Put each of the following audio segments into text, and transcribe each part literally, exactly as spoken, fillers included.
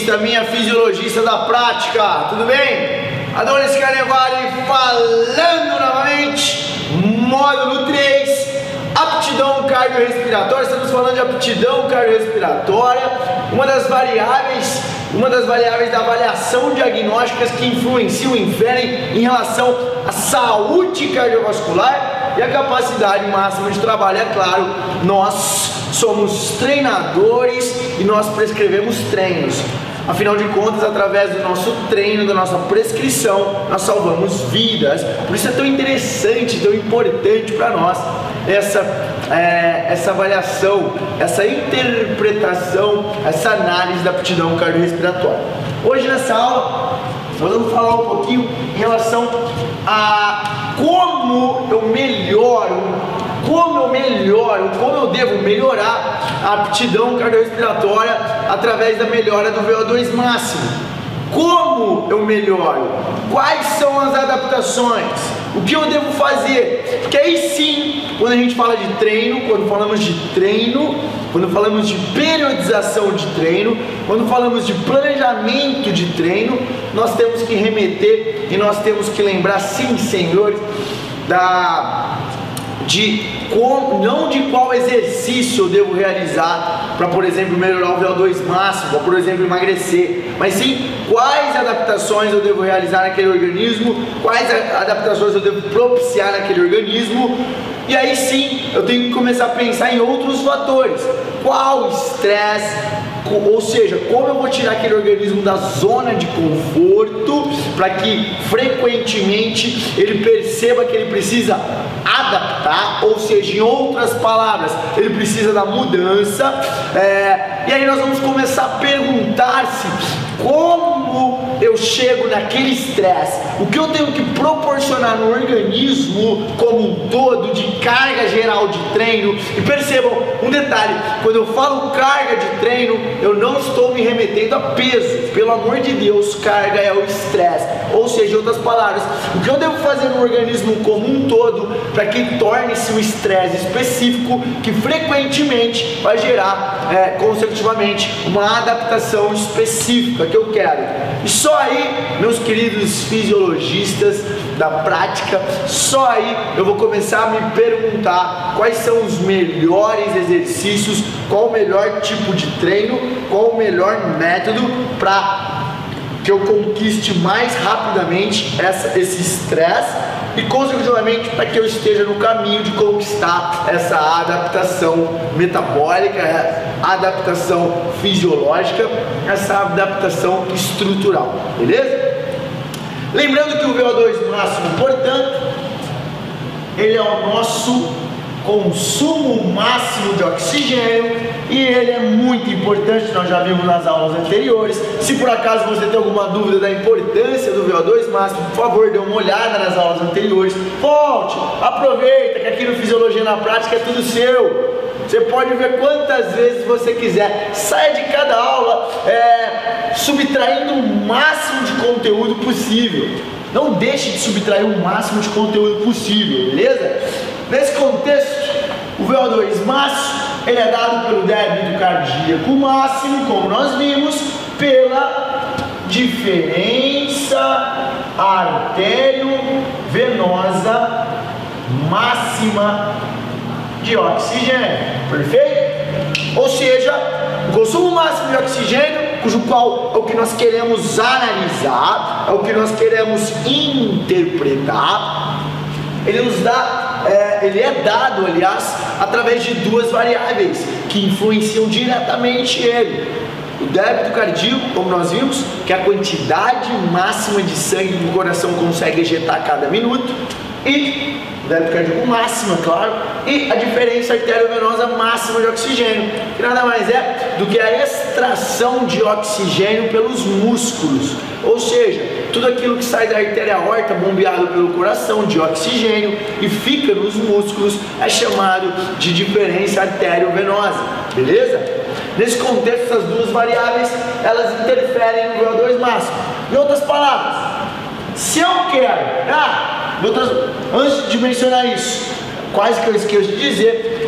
fisiologista, minha fisiologista da prática, tudo bem? Adonis Carnevale falando novamente, módulo três, aptidão cardiorrespiratória. Estamos falando de aptidão cardiorrespiratória, uma das variáveis, uma das variáveis da avaliação diagnósticas que influenciam e inferem em relação à saúde cardiovascular e a capacidade máxima de trabalho. É claro, nós somos treinadores e nós prescrevemos treinos. Afinal de contas, através do nosso treino, da nossa prescrição, nós salvamos vidas. Por isso é tão interessante, tão importante para nós essa, é, essa avaliação, essa interpretação, essa análise da aptidão cardiorrespiratória. Hoje nessa aula, nós vamos falar um pouquinho em relação a como eu melhoro Como eu melhoro, como eu devo melhorar a aptidão cardiorrespiratória através da melhora do V O dois máximo. Como eu melhoro? Quais são as adaptações? O que eu devo fazer? Porque aí sim, quando a gente fala de treino, quando falamos de treino, quando falamos de periodização de treino, quando falamos de planejamento de treino, nós temos que remeter e nós temos que lembrar, sim, senhores, da... de como, não de qual exercício eu devo realizar para, por exemplo, melhorar o V O dois máximo, ou, por exemplo, emagrecer, mas sim quais adaptações eu devo realizar naquele organismo, quais adaptações eu devo propiciar naquele organismo. E aí sim eu tenho que começar a pensar em outros fatores. Qual estresse, ou seja, como eu vou tirar aquele organismo da zona de conforto para que frequentemente ele perceba que ele precisa adaptar, ou seja, em outras palavras, ele precisa da mudança. É, e aí nós vamos começar a perguntar-se como eu chego naquele estresse, o que eu tenho que proporcionar no organismo como um todo de carga geral de treino. E percebam um detalhe, quando eu falo carga de treino, eu não estou me remetendo a peso, pelo amor de Deus, carga é o estresse, ou seja, em outras palavras, o que eu devo fazer no organismo como um todo para que torne-se um estresse específico que frequentemente vai gerar é, consecutivamente uma adaptação específica que eu quero. E só aí, meus queridos fisiologistas da prática, só aí eu vou começar a me perguntar quais são os melhores exercícios, qual o melhor tipo de treino, qual o melhor método para que eu conquiste mais rapidamente essa, esse estresse e, consecutivamente, para que eu esteja no caminho de conquistar essa adaptação metabólica, adaptação fisiológica, essa adaptação estrutural, beleza? Lembrando que o V O dois máximo, portanto, ele é o nosso consumo máximo de oxigênio e ele é muito importante, nós já vimos nas aulas anteriores. Se por acaso você tem alguma dúvida da importância do V O dois máximo, por favor, dê uma olhada nas aulas anteriores, volte, aproveita que aqui no Fisiologia na Prática é tudo seu. Você pode ver quantas vezes você quiser, saia de cada aula é, subtraindo o máximo de conteúdo possível. Não deixe de subtrair o máximo de conteúdo possível, beleza? Nesse contexto, o V O dois máximo, ele é dado pelo débito cardíaco máximo, como nós vimos, pela diferença artério-venosa máxima de oxigênio, perfeito? Ou seja, o consumo máximo de oxigênio, cujo qual é o que nós queremos analisar, é o que nós queremos interpretar, ele nos dá, é, ele é dado, aliás, através de duas variáveis que influenciam diretamente ele. O débito cardíaco, como nós vimos, que é a quantidade máxima de sangue que o coração consegue ejetar a cada minuto, e o débito cardíaco máximo, é claro, e a diferença arteriovenosa máxima de oxigênio, que nada mais é do que a extração de oxigênio pelos músculos, ou seja, tudo aquilo que sai da artéria aorta bombeado pelo coração de oxigênio e fica nos músculos é chamado de diferença arteriovenosa, beleza? Nesse contexto, essas duas variáveis, elas interferem no V O dois máximo. Em outras palavras, se eu quero, ah, outras, antes de mencionar isso, quase que eu esqueço de dizer,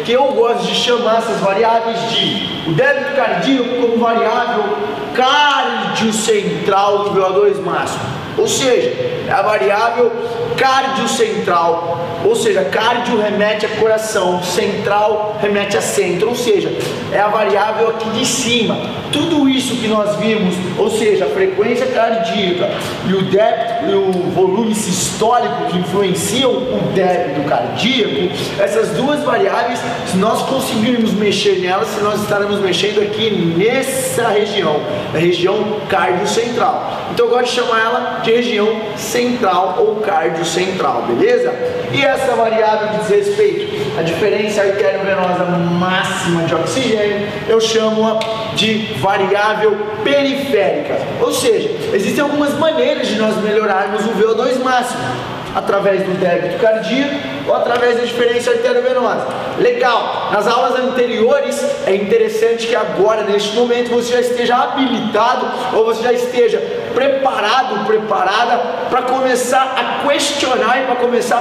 que eu gosto de chamar essas variáveis de o débito cardíaco como variável cardiocentral do V O dois máximo, ou seja, é a variável cardiocentral, ou seja, cardio remete a coração, central remete a centro, ou seja, é a variável aqui de cima. Tudo isso que nós vimos, ou seja, a frequência cardíaca e o débito e o volume sistólico que influenciam o débito cardíaco, essas duas variáveis, se nós conseguirmos mexer nelas, se nós estaremos mexendo aqui nessa região, a região cardiocentral. Então eu gosto de chamar ela de região central ou cardiocentral, beleza? E essa variável que diz respeito à diferença arteriovenosa máxima de oxigênio, eu chamo-a de variável periférica. Ou seja, existem algumas maneiras de nós melhorarmos o V O dois máximo, através do débito cardíaco ou através da diferença arteriovenosa. Legal, nas aulas anteriores é interessante que agora, neste momento, você já esteja habilitado ou você já esteja preparado, preparada para começar a questionar e para começar a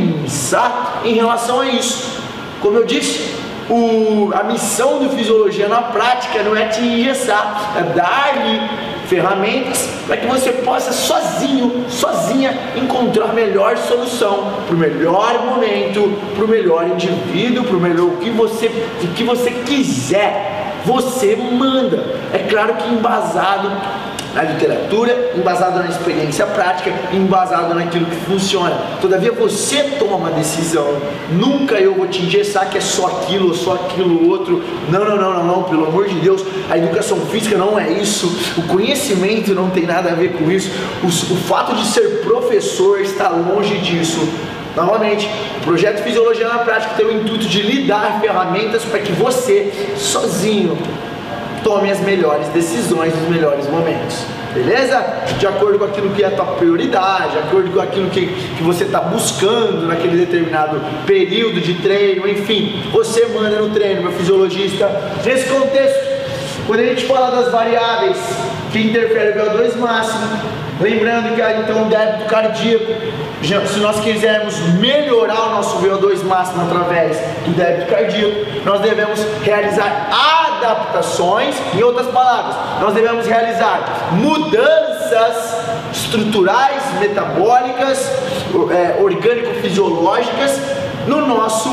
pensar em relação a isso. Como eu disse, o, a missão do Fisiologia na Prática não é te engessar, é dar-lhe ferramentas para que você possa sozinho, sozinha, encontrar a melhor solução para o melhor momento, para o melhor indivíduo, para o melhor o que você, o que você quiser, você manda. É claro que embasado na literatura, embasado na experiência prática, embasado naquilo que funciona. Todavia você toma uma decisão. Nunca eu vou te engessar que é só aquilo ou só aquilo outro. Não, não, não, não, não, pelo amor de Deus. A educação física não é isso. O conhecimento não tem nada a ver com isso. O, o fato de ser professor está longe disso. Novamente, o projeto Fisiologia na Prática tem o intuito de lhe dar ferramentas para que você, sozinho, tome as melhores decisões nos melhores momentos, beleza? De acordo com aquilo que é a tua prioridade, de acordo com aquilo que, que você está buscando naquele determinado período de treino, enfim, você manda no treino, meu fisiologista. Nesse contexto, quando a gente fala das variáveis que interferem no V O dois máximo, lembrando que então o débito cardíaco, se nós quisermos melhorar o nosso V O dois máximo através do débito cardíaco, nós devemos realizar adaptações, em outras palavras, nós devemos realizar mudanças estruturais, metabólicas, é, orgânico-fisiológicas no nosso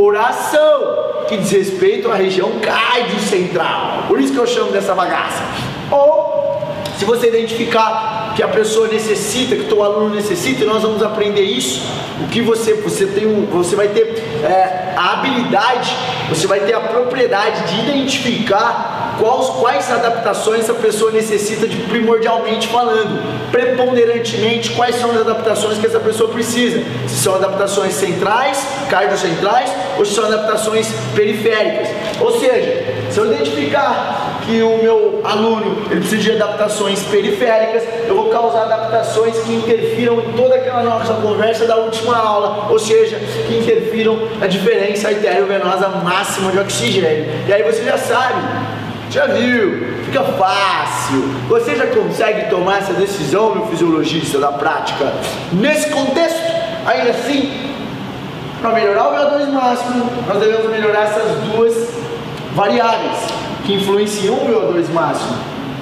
coração, que diz respeito à região cardiocentral. Por isso que eu chamo dessa bagaça. Ou, se você identificar que a pessoa necessita, que o teu aluno necessita, e nós vamos aprender isso, o que você, você, tem um, você vai ter é, a habilidade, você vai ter a propriedade de identificar quais, quais adaptações a pessoa necessita de primordialmente falando, preponderantemente quais são as adaptações que essa pessoa precisa, se são adaptações centrais, cardiocentrais, ou se são adaptações periféricas. Ou seja, se eu identificar que o meu aluno ele precisa de adaptações periféricas, eu vou causar adaptações que interfiram em toda aquela nossa conversa da última aula, ou seja, que interfiram na diferença arteriovenosa máxima de oxigênio. E aí você já sabe, já viu, fica fácil, você já consegue tomar essa decisão, meu fisiologista da prática. Nesse contexto, ainda assim, para melhorar o V O dois máximo, nós devemos melhorar essas duas variáveis que influenciam o V O dois máximo.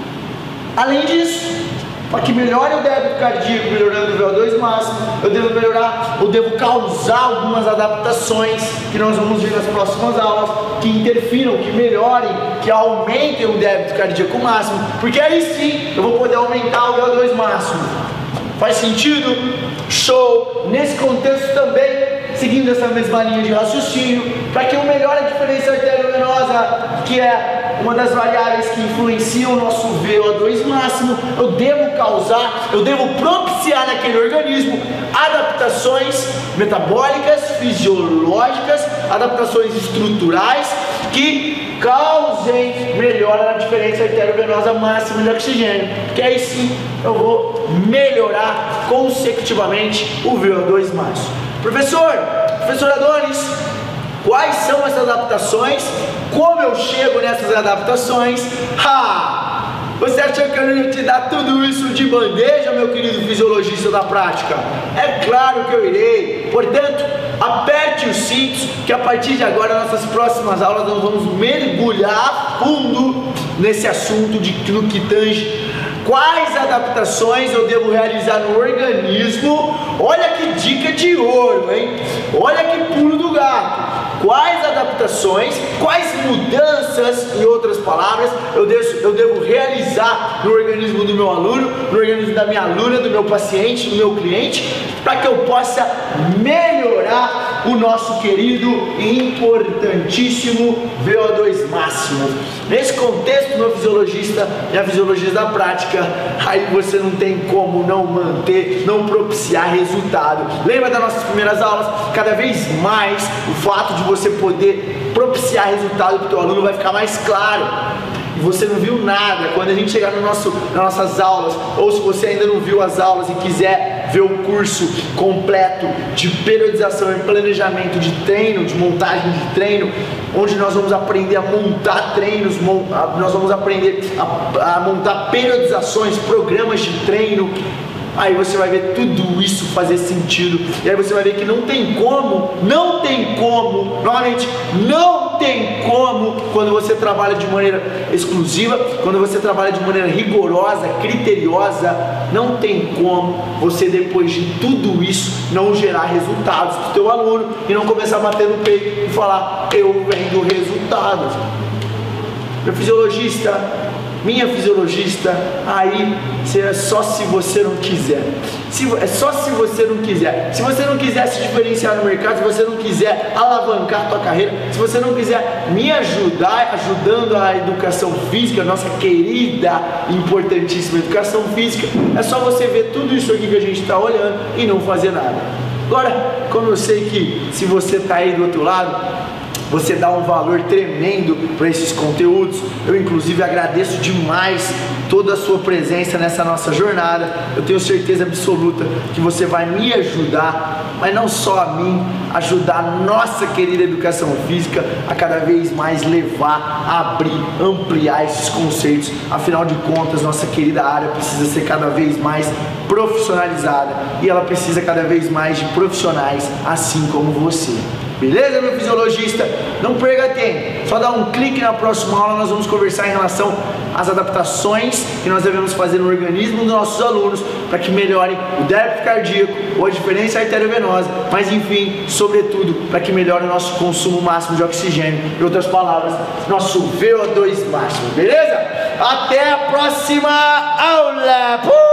Além disso, para que melhore o débito cardíaco, melhorando o V O dois máximo, eu devo melhorar, eu devo causar algumas adaptações que nós vamos ver nas próximas aulas, que interfiram, que melhorem, que aumentem o débito cardíaco máximo, porque aí sim eu vou poder aumentar o V O dois máximo. Faz sentido? Show! Nesse contexto também, seguindo essa mesma linha de raciocínio, para que eu melhore a diferença arteriovenosa, que é uma das variáveis que influenciam o nosso V O dois máximo, eu devo causar, eu devo propiciar naquele organismo adaptações metabólicas, fisiológicas, adaptações estruturais que causem melhora na diferença arteriovenosa máxima de oxigênio, que aí sim eu vou melhorar consecutivamente o V O dois máximo. Professor, professor Adonis, quais são essas adaptações? Como eu chego nessas adaptações? Ha! Você achou que eu ia te dar tudo isso de bandeja, meu querido fisiologista da prática? É claro que eu irei. Portanto, aperte os cintos, que a partir de agora, nossas próximas aulas, nós vamos mergulhar a fundo nesse assunto de, no que tange quais adaptações eu devo realizar no organismo. Olha que dica de ouro, hein? Olha que pulo do gato. Quais adaptações, quais mudanças, em outras palavras, eu devo, eu devo realizar no organismo do meu aluno, no organismo da minha aluna, do meu paciente, do meu cliente, para que eu possa melhorar o nosso querido e importantíssimo V O dois máximo. Nesse contexto, meu fisiologista e a fisiologista da prática, aí você não tem como não manter, não propiciar resultado. Lembra das nossas primeiras aulas? Cada vez mais o fato de você poder propiciar resultado para o teu aluno vai ficar mais claro. E você não viu nada. Quando a gente chegar no nosso, nas nossas aulas, ou se você ainda não viu as aulas e quiser ver o curso completo de periodização e planejamento de treino, de montagem de treino, onde nós vamos aprender a montar treinos, nós vamos aprender a, a montar periodizações, programas de treino. Aí você vai ver tudo isso fazer sentido. E aí você vai ver que não tem como, não tem como, novamente, não tem como, quando você trabalha de maneira exclusiva, quando você trabalha de maneira rigorosa, criteriosa, não tem como você, depois de tudo isso, não gerar resultados para o teu aluno e não começar a bater no peito e falar: eu vendo resultados. Meu fisiologista, minha fisiologista, aí é só se você não quiser. Se, é só se você não quiser. Se você não quiser se diferenciar no mercado, se você não quiser alavancar a tua carreira, se você não quiser me ajudar, ajudando a educação física, nossa querida, importantíssima educação física, é só você ver tudo isso aqui que a gente está olhando e não fazer nada. Agora, como eu sei que se você está aí do outro lado, você dá um valor tremendo para esses conteúdos, eu inclusive agradeço demais toda a sua presença nessa nossa jornada. Eu tenho certeza absoluta que você vai me ajudar, mas não só a mim, ajudar a nossa querida educação física a cada vez mais levar, abrir, ampliar esses conceitos. Afinal de contas, nossa querida área precisa ser cada vez mais profissionalizada e ela precisa cada vez mais de profissionais assim como você. Beleza, meu fisiologista? Não perca tempo, só dá um clique na próxima aula. Nós vamos conversar em relação às adaptações que nós devemos fazer no organismo dos nossos alunos para que melhorem o débito cardíaco ou a diferença arteriovenosa, mas enfim, sobretudo, para que melhore o nosso consumo máximo de oxigênio, em outras palavras, nosso V O dois máximo, beleza? Até a próxima aula!